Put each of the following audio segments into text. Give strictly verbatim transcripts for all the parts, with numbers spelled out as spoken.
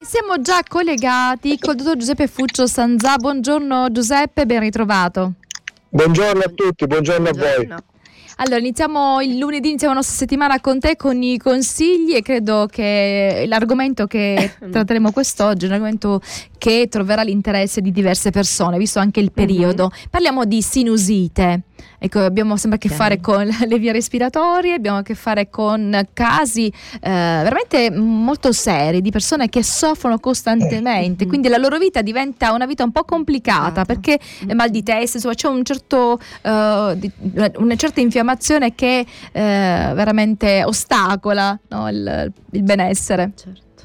Siamo già collegati col dottor Giuseppe Fuccio Sanzà. Buongiorno Giuseppe, ben ritrovato. Buongiorno a tutti, buongiorno, buongiorno. a voi. Allora, iniziamo il lunedì, iniziamo la nostra settimana con te, con i consigli, e credo che l'argomento che tratteremo quest'oggi è un argomento che troverà l'interesse di diverse persone, visto anche il periodo. Mm-hmm. Parliamo di sinusite. Ecco, abbiamo sempre a che okay. fare con le vie respiratorie, abbiamo a che fare con casi eh, veramente molto seri di persone che soffrono costantemente, mm-hmm. quindi la loro vita diventa una vita un po' complicata, perché mm-hmm. mal di testa, insomma c'è un certo uh, di, una certa infiammazione che uh, veramente ostacola, no, il, il benessere. Certo.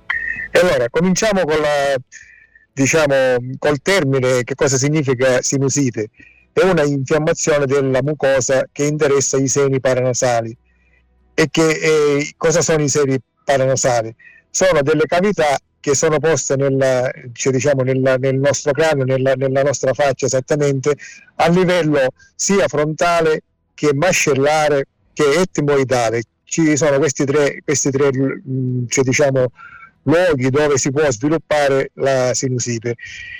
E allora cominciamo con la, diciamo, col termine. Che cosa significa sinusite? È una infiammazione della mucosa che interessa i seni paranasali. E che eh, cosa sono i seni paranasali? Sono delle cavità che sono poste nella, cioè, diciamo, nella, nel nostro cranio, nella, nella nostra faccia esattamente, a livello sia frontale che mascellare che etimoidale. Ci sono questi tre, questi tre cioè, diciamo, luoghi dove si può sviluppare la sinusite.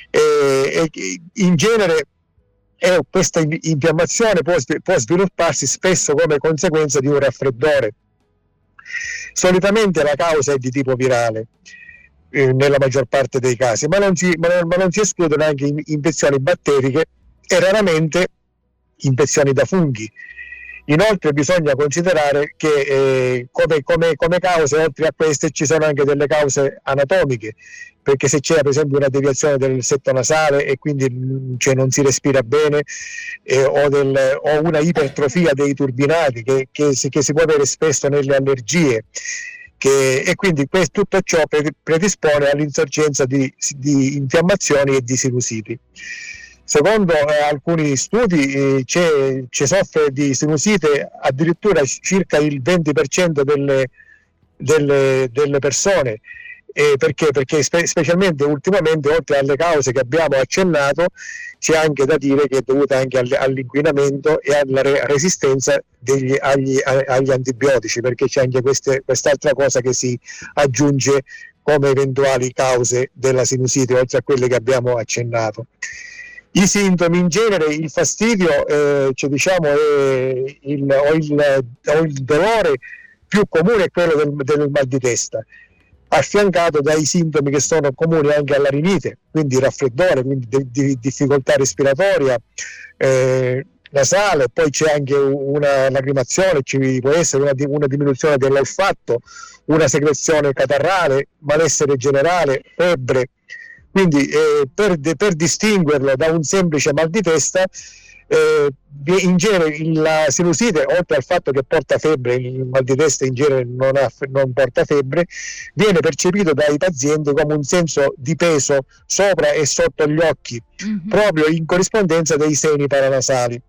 E, e in genere E questa infiammazione può, può svilupparsi spesso come conseguenza di un raffreddore. Solitamente la causa è di tipo virale, eh, nella maggior parte dei casi, ma non si, ma non, ma non si escludono anche infezioni batteriche e raramente infezioni da funghi. Inoltre bisogna considerare che eh, come, come, come cause, oltre a queste, ci sono anche delle cause anatomiche, perché se c'è per esempio una deviazione del setto nasale e quindi cioè, non si respira bene, eh, o, del, o una ipertrofia dei turbinati che, che, si, che si può avere spesso nelle allergie, che, e quindi questo, tutto ciò predispone all'insorgenza di, di infiammazioni e di sinusiti. Secondo eh, alcuni studi eh, c'è, c'è soffre di sinusite addirittura circa il venti per cento delle, delle, delle persone. Eh, perché? Perché spe- specialmente ultimamente, oltre alle cause che abbiamo accennato, c'è anche da dire che è dovuta anche all- all'inquinamento e alla re- resistenza degli, agli, a- agli antibiotici, perché c'è anche queste, quest'altra cosa che si aggiunge come eventuali cause della sinusite, oltre a quelle che abbiamo accennato. I sintomi in genere, il fastidio, eh, cioè diciamo, è il, o, il, o il dolore più comune è quello del, del mal di testa, affiancato dai sintomi che sono comuni anche alla rinite, quindi raffreddore, quindi di, di, difficoltà respiratoria, eh, nasale, poi c'è anche una lacrimazione, ci può essere una, una diminuzione dell'olfatto, una secrezione catarrale, malessere generale, febbre. Quindi eh, per, per distinguerlo da un semplice mal di testa, eh, in genere la sinusite, oltre al fatto che porta febbre, il mal di testa in genere non, ha, non porta febbre, viene percepito dai pazienti come un senso di peso sopra e sotto gli occhi, mm-hmm. proprio in corrispondenza dei seni paranasali.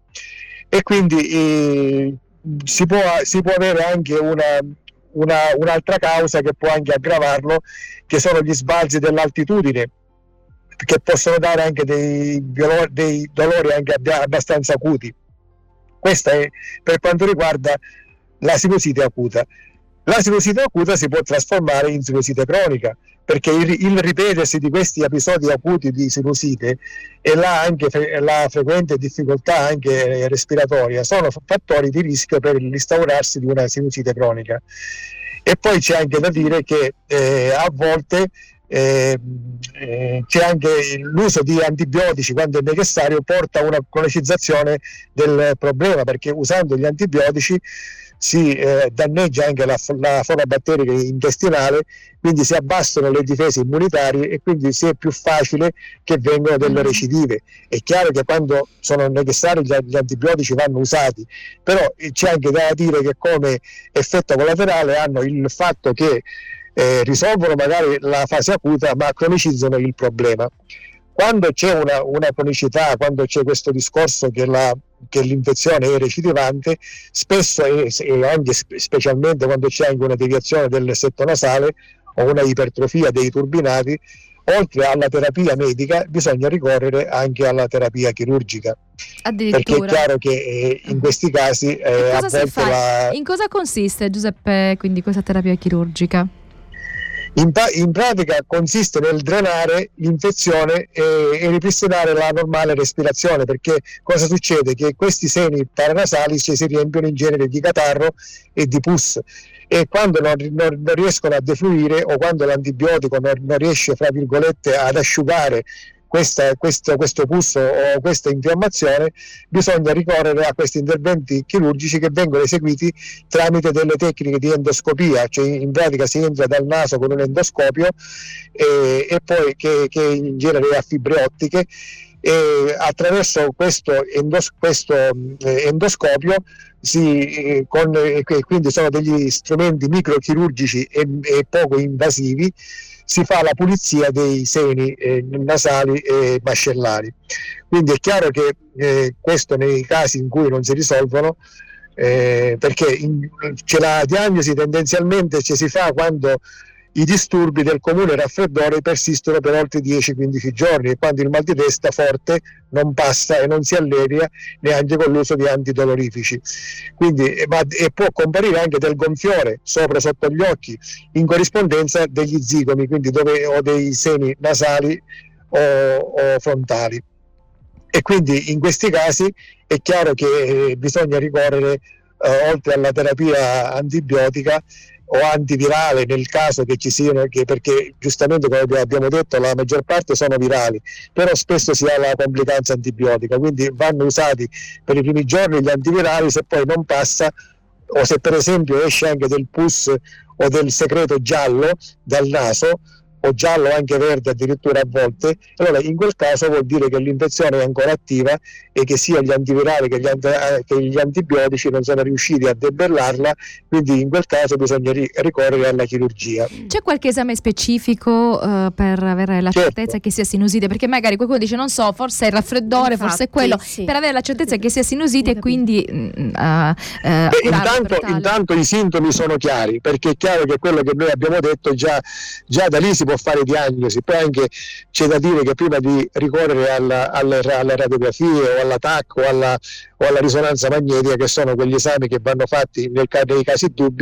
E quindi eh, si, può, si può avere anche una, una, un'altra causa che può anche aggravarlo, che sono gli sbalzi dell'altitudine, che possono dare anche dei, dei dolori anche abbastanza acuti. Questo è per quanto riguarda la sinusite acuta. La sinusite acuta si può trasformare in sinusite cronica, perché il, il ripetersi di questi episodi acuti di sinusite e la, anche fre- la frequente difficoltà anche respiratoria sono fattori di rischio per l'instaurarsi di una sinusite cronica. E poi c'è anche da dire che eh, a volte Eh, eh, c'è anche l'uso di antibiotici quando è necessario, porta a una cronicizzazione del problema, perché usando gli antibiotici si eh, danneggia anche la, la flora batterica intestinale, quindi si abbassano le difese immunitarie e quindi si è più facile che vengano delle recidive. È chiaro che quando sono necessari gli, gli antibiotici vanno usati, però c'è anche da dire che come effetto collaterale hanno il fatto che Eh, risolvono magari la fase acuta ma cronicizzano il problema. Quando c'è una, una cronicità, quando c'è questo discorso che, la, che l'infezione è recidivante, spesso e anche specialmente quando c'è anche una deviazione del setto nasale o una ipertrofia dei turbinati, oltre alla terapia medica bisogna ricorrere anche alla terapia chirurgica, perché è chiaro che eh, in questi casi eh, a volte la... In cosa consiste, Giuseppe, quindi questa terapia chirurgica? In, pa- in pratica consiste nel drenare l'infezione e, e ripristinare la normale respirazione, perché cosa succede? Che questi seni paranasali ci si riempiono in genere di catarro e di pus, e quando non, non, non riescono a defluire, o quando l'antibiotico non, non riesce, fra virgolette, ad asciugare Questa, questo, questo pus o questa infiammazione, bisogna ricorrere a questi interventi chirurgici che vengono eseguiti tramite delle tecniche di endoscopia, cioè in pratica si entra dal naso con un endoscopio e, e poi che, che in genere è a fibre ottiche, e attraverso questo, endos, questo eh, endoscopio si, eh, con, eh, quindi sono degli strumenti microchirurgici e, e poco invasivi, si fa la pulizia dei seni eh, nasali e mascellari. Quindi è chiaro che eh, questo nei casi in cui non si risolvono, eh, perché in, c'è la diagnosi tendenzialmente ci si fa quando i disturbi del comune raffreddore persistono per oltre dieci quindici giorni, e quando il mal di testa forte non passa e non si allevia neanche con l'uso di antidolorifici. Quindi, ma, e può comparire anche del gonfiore sopra o sotto gli occhi, in corrispondenza degli zigomi, quindi dove ho dei seni nasali o, o frontali. E quindi in questi casi è chiaro che eh, bisogna ricorrere, eh, oltre alla terapia antibiotica o antivirale, nel caso che ci siano, che, perché giustamente come abbiamo detto la maggior parte sono virali, però spesso si ha la complicanza antibiotica, quindi vanno usati per i primi giorni gli antivirali. Se poi non passa, o se per esempio esce anche del pus o del secreto giallo dal naso, o giallo anche verde addirittura a volte, allora in quel caso vuol dire che l'infezione è ancora attiva e che sia gli antivirali che gli, anti, che gli antibiotici non sono riusciti a debellarla, quindi in quel caso bisogna ri- ricorrere alla chirurgia. C'è qualche esame specifico uh, per avere la certo. certezza che sia sinusite? Perché magari qualcuno dice non so, forse è il raffreddore, infatti, forse è quello, sì. Per avere la certezza che sia sinusite e quindi uh, uh, Beh, intanto, intanto i sintomi sono chiari, perché è chiaro che quello che noi abbiamo detto già, già da lì si può fare diagnosi. Poi anche c'è da dire che prima di ricorrere alla, alle, alle radiografie o alla T A C o alla, o alla risonanza magnetica, che sono quegli esami che vanno fatti nel, nei casi dubbi,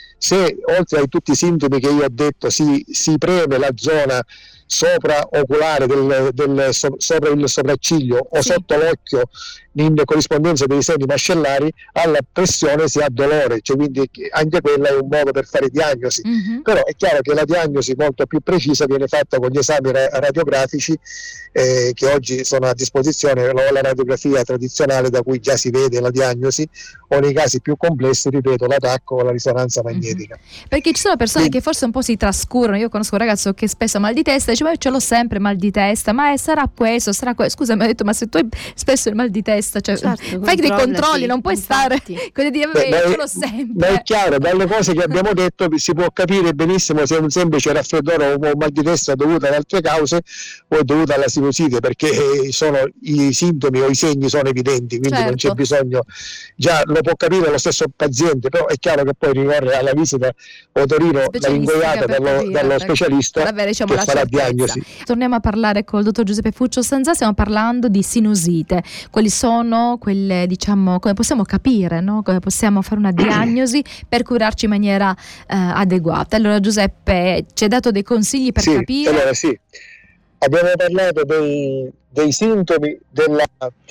se oltre a tutti i sintomi che io ho detto si, si preme la zona sopra oculare del, del, so, sopra il sopracciglio o sì. sotto l'occhio in corrispondenza dei seni mascellari, alla pressione si ha dolore, cioè quindi anche quella è un modo per fare diagnosi. Mm-hmm. Però è chiaro che la diagnosi molto più precisa viene fatta con gli esami ra- radiografici eh, che oggi sono a disposizione, o la radiografia tradizionale da cui già si vede la diagnosi, o nei casi più complessi, ripeto, la T A C o la risonanza magnetica. Mm-hmm. Perché ci sono persone Quindi, che forse un po' si trascurano. Io conosco un ragazzo che spesso ha mal di testa e dice ma io ce l'ho sempre mal di testa, ma è, sarà questo, sarà questo. Scusa, mi ha detto ma se tu hai spesso il mal di testa, cioè, certo, fai dei controlli, non puoi stare come dire vabbè, io ce l'ho sempre. Ma è chiaro, dalle cose che abbiamo detto si può capire benissimo se è un semplice raffreddore o un mal di testa dovuto ad altre cause o è dovuto alla sinusite, perché sono, i sintomi o i segni sono evidenti, quindi certo. non c'è bisogno, già lo può capire lo stesso paziente, però è chiaro che poi ricorre alla visita otorino laringoiata dallo, dallo specialista avere, diciamo, che farà certezza. Diagnosi. Torniamo a parlare col dottor Giuseppe Fuccio Sanzà, stiamo parlando di sinusite. Quali sono quelle, diciamo, come possiamo capire, no? Come possiamo fare una diagnosi per curarci in maniera eh, adeguata? Allora Giuseppe ci hai dato dei consigli per sì, capire? Allora sì, abbiamo parlato dei, dei sintomi, della,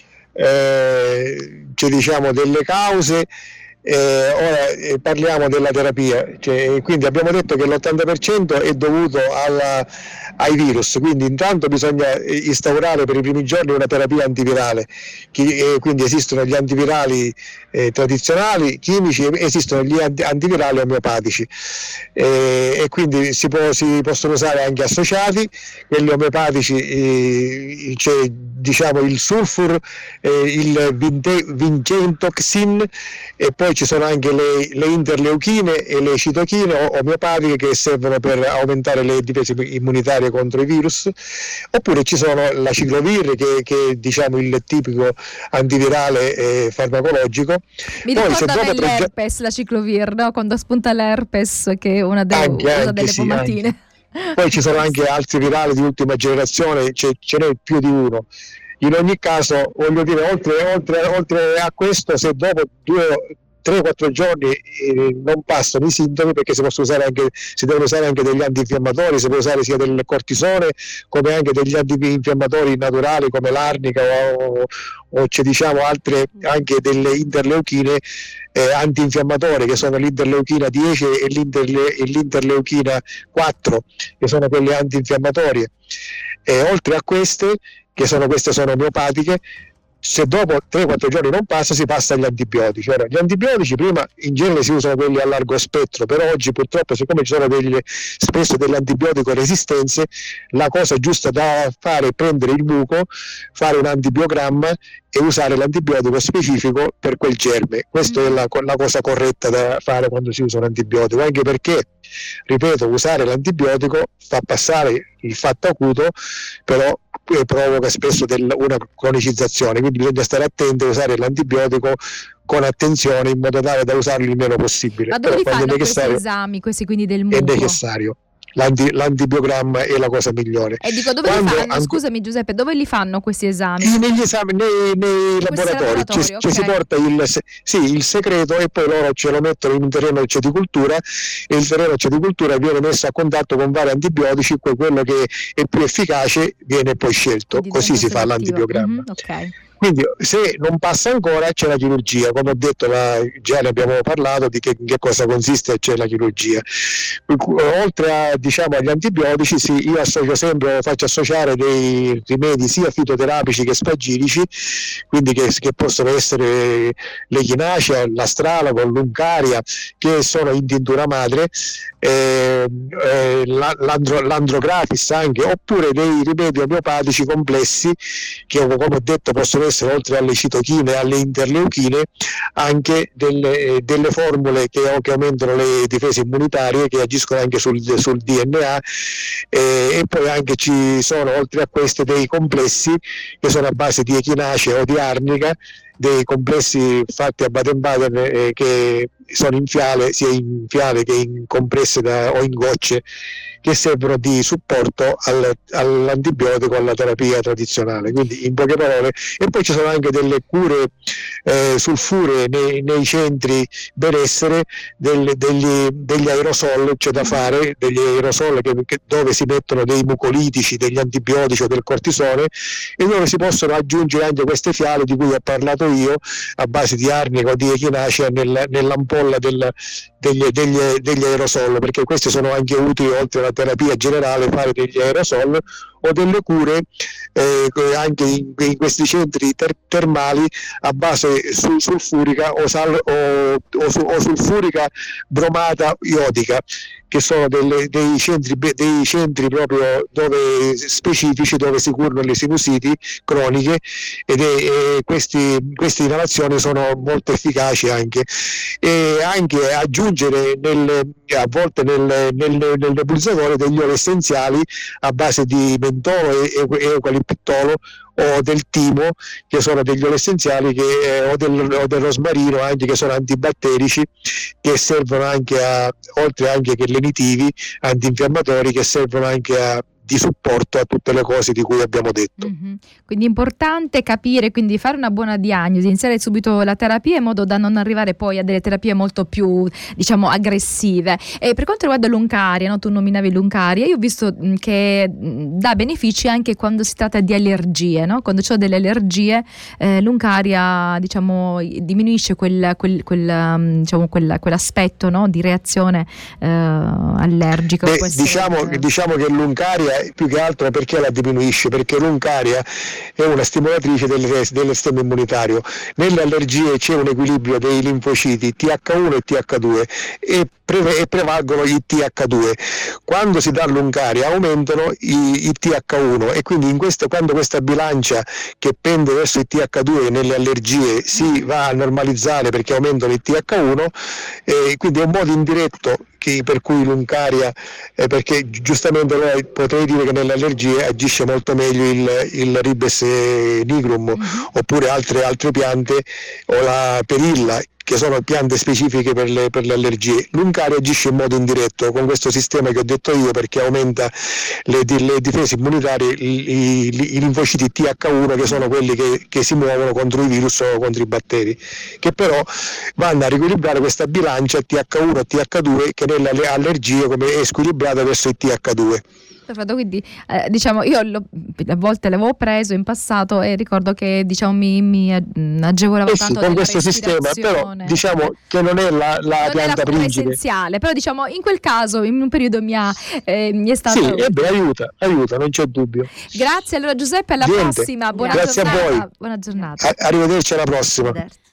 eh, cioè, diciamo, delle cause. Eh, ora eh, parliamo della terapia, cioè, quindi abbiamo detto che l'ottanta per cento è dovuto alla, ai virus, quindi intanto bisogna instaurare per i primi giorni una terapia antivirale. Chi, eh, quindi esistono gli antivirali eh, tradizionali, chimici, e esistono gli antivirali omeopatici eh, e quindi si, può, si possono usare anche associati. Quelli omeopatici eh, c'è, diciamo, il sulfur, eh, il vinte, vincentoxin, e poi ci sono anche le, le interleuchine e le citochine omeopatiche che servono per aumentare le difese immunitarie contro i virus, oppure ci sono la ciclovir che, che è, diciamo, il tipico antivirale eh, farmacologico. Mi Poi, ricorda a me l'herpes, proge- la ciclovir, no? Quando spunta l'herpes, che è una, de- anche, una anche, delle sì, pomatine. Anche. Poi ci sono anche altri virali di ultima generazione, ce, ce n'è più di uno. In ogni caso, voglio dire, oltre, oltre, oltre a questo, se dopo due tre quattro giorni eh, non passano i sintomi, perché si possono usare anche, si devono usare anche degli antinfiammatori, si può usare sia del cortisone come anche degli antinfiammatori naturali come l'arnica o, o c'è diciamo altre anche delle interleuchine eh, antinfiammatorie, che sono l'interleuchina dieci e, l'interle, e l'interleuchina quattro, che sono quelle antinfiammatorie. E oltre a queste, che sono queste sono omeopatiche, se dopo tre quattro giorni non passa, si passa agli antibiotici. Ora, gli antibiotici prima in genere si usano quelli a largo spettro, però oggi purtroppo, siccome ci sono degli, spesso delle antibiotico resistenze, la cosa giusta da fare è prendere il buco, fare un antibiogramma e usare l'antibiotico specifico per quel germe. Questa mm. è la, la cosa corretta da fare quando si usa un antibiotico, anche perché, ripeto, usare l'antibiotico fa passare il fatto acuto, però provoca spesso del, una cronicizzazione, quindi bisogna stare attenti a usare l'antibiotico con attenzione, in modo tale da usarlo il meno possibile. Ma dove però fanno questi esami, questi quindi del muco? È necessario. L'anti, l'antibiogramma è la cosa migliore. E dico, dove Quando li fanno? Anche... Scusami Giuseppe, dove li fanno questi esami? Negli esami, nei, nei laboratori, laboratori ci, okay. ci si porta il, sì, il segreto e poi loro ce lo mettono in un terreno di ceticultura, e il terreno di ceticultura viene messo a contatto con vari antibiotici, poi quello che è più efficace viene poi scelto. Quindi così si fa l'antibiogramma. Mm-hmm, okay. Quindi se non passa ancora c'è la chirurgia, come ho detto, la, già ne abbiamo parlato di che, che cosa consiste, c'è la chirurgia. Oltre a, diciamo, agli antibiotici, sì, io associo sempre, faccio associare dei rimedi sia fitoterapici che spagirici, quindi che, che possono essere l'echinacea, l'astralago, l'uncaria, che sono in tintura madre, eh, eh, l'andro, l'andrographis anche, oppure dei rimedi omeopatici complessi che, come ho detto, possono essere, oltre alle citochine e alle interleuchine, anche delle, delle formule che, che aumentano le difese immunitarie, che agiscono anche sul, sul D N A, eh, e poi anche ci sono, oltre a queste, dei complessi che sono a base di echinacea o di arnica, dei complessi fatti a Baden-Baden eh, che sono in fiale, sia in fiale che in compresse da, o in gocce, che servono di supporto al, all'antibiotico, alla terapia tradizionale. Quindi, in poche parole, e poi ci sono anche delle cure eh, sulfuree nei, nei centri benessere, del, degli, degli aerosol c'è da fare, degli aerosol che, che, dove si mettono dei mucolitici, degli antibiotici o del cortisone, e dove si possono aggiungere anche queste fiale di cui ho parlato io, a base di arnica o di echinacea, nel, nell'ampolla del, degli, degli, degli aerosol, perché questi sono anche utili, oltre alla terapia generale, fare degli aerosol o delle cure eh, anche in, in questi centri ter- termali a base sul- sulfurica o, sal- o, o, su- o sulfurica bromata iodica, che sono delle, dei, centri, dei centri proprio dove, specifici, dove si curano le sinusiti croniche, ed è, e questi, queste inalazioni sono molto efficaci anche. E anche aggiungere nel, a volte nel, nel, nel nebulizzatore degli oli essenziali a base di mentolo e, e eucalipptolo o del timo, che sono degli oli essenziali, che, eh, o, del, o del rosmarino anche, che sono antibatterici, che servono anche a, oltre anche che lenitivi, antinfiammatori, che servono anche a di supporto a tutte le cose di cui abbiamo detto. Mm-hmm. Quindi importante capire, quindi fare una buona diagnosi, iniziare subito la terapia in modo da non arrivare poi a delle terapie molto più, diciamo, aggressive. E per quanto riguarda l'uncaria, no? Tu nominavi l'uncaria, io ho visto mh, che mh, dà benefici anche quando si tratta di allergie, no? Quando c'ho delle allergie, eh, l'uncaria, diciamo, diminuisce quel, quel, quel, um, diciamo, quel, quell'aspetto, no? Di reazione eh, allergica. Beh, diciamo, essere... diciamo che l'uncaria, più che altro, perché la diminuisce? Perché l'uncaria è una stimolatrice del, del sistema immunitario. Nelle allergie c'è un equilibrio dei linfociti T H uno e T H due e, pre- e prevalgono i T H due. Quando si dà l'uncaria aumentano i, i T H uno, e quindi in questo, quando questa bilancia che pende verso i T H due nelle allergie si va a normalizzare perché aumentano i T H uno, e quindi è un modo indiretto che, per cui l'uncaria, eh, perché giustamente noi potrei dire che nelle allergie agisce molto meglio il, il Ribes nigrum, mm-hmm. oppure altre, altre piante, o la perilla, che sono piante specifiche per le, per le allergie. L'Uncaria agisce in modo indiretto con questo sistema che ho detto io, perché aumenta le, le difese immunitarie, i, i, i linfociti T H uno, che sono quelli che, che si muovono contro i virus o contro i batteri, che però vanno a riequilibrare questa bilancia T H uno e T H due, che nelle allergie come è squilibrata verso il T H due. Perfetto, quindi eh, diciamo io lo, a volte l'avevo preso in passato e ricordo che diciamo mi, mi agevolava eh tanto sì, con questo sistema, però diciamo che non è la, la non pianta è la principe essenziale, però diciamo in quel caso in un periodo mi, ha, eh, mi è stato sì, eh beh, aiuta, aiuta, non c'è dubbio. Grazie allora Giuseppe, alla Niente. prossima, buona Grazie giornata. a voi, buona giornata. A- arrivederci alla prossima. Arrivederci.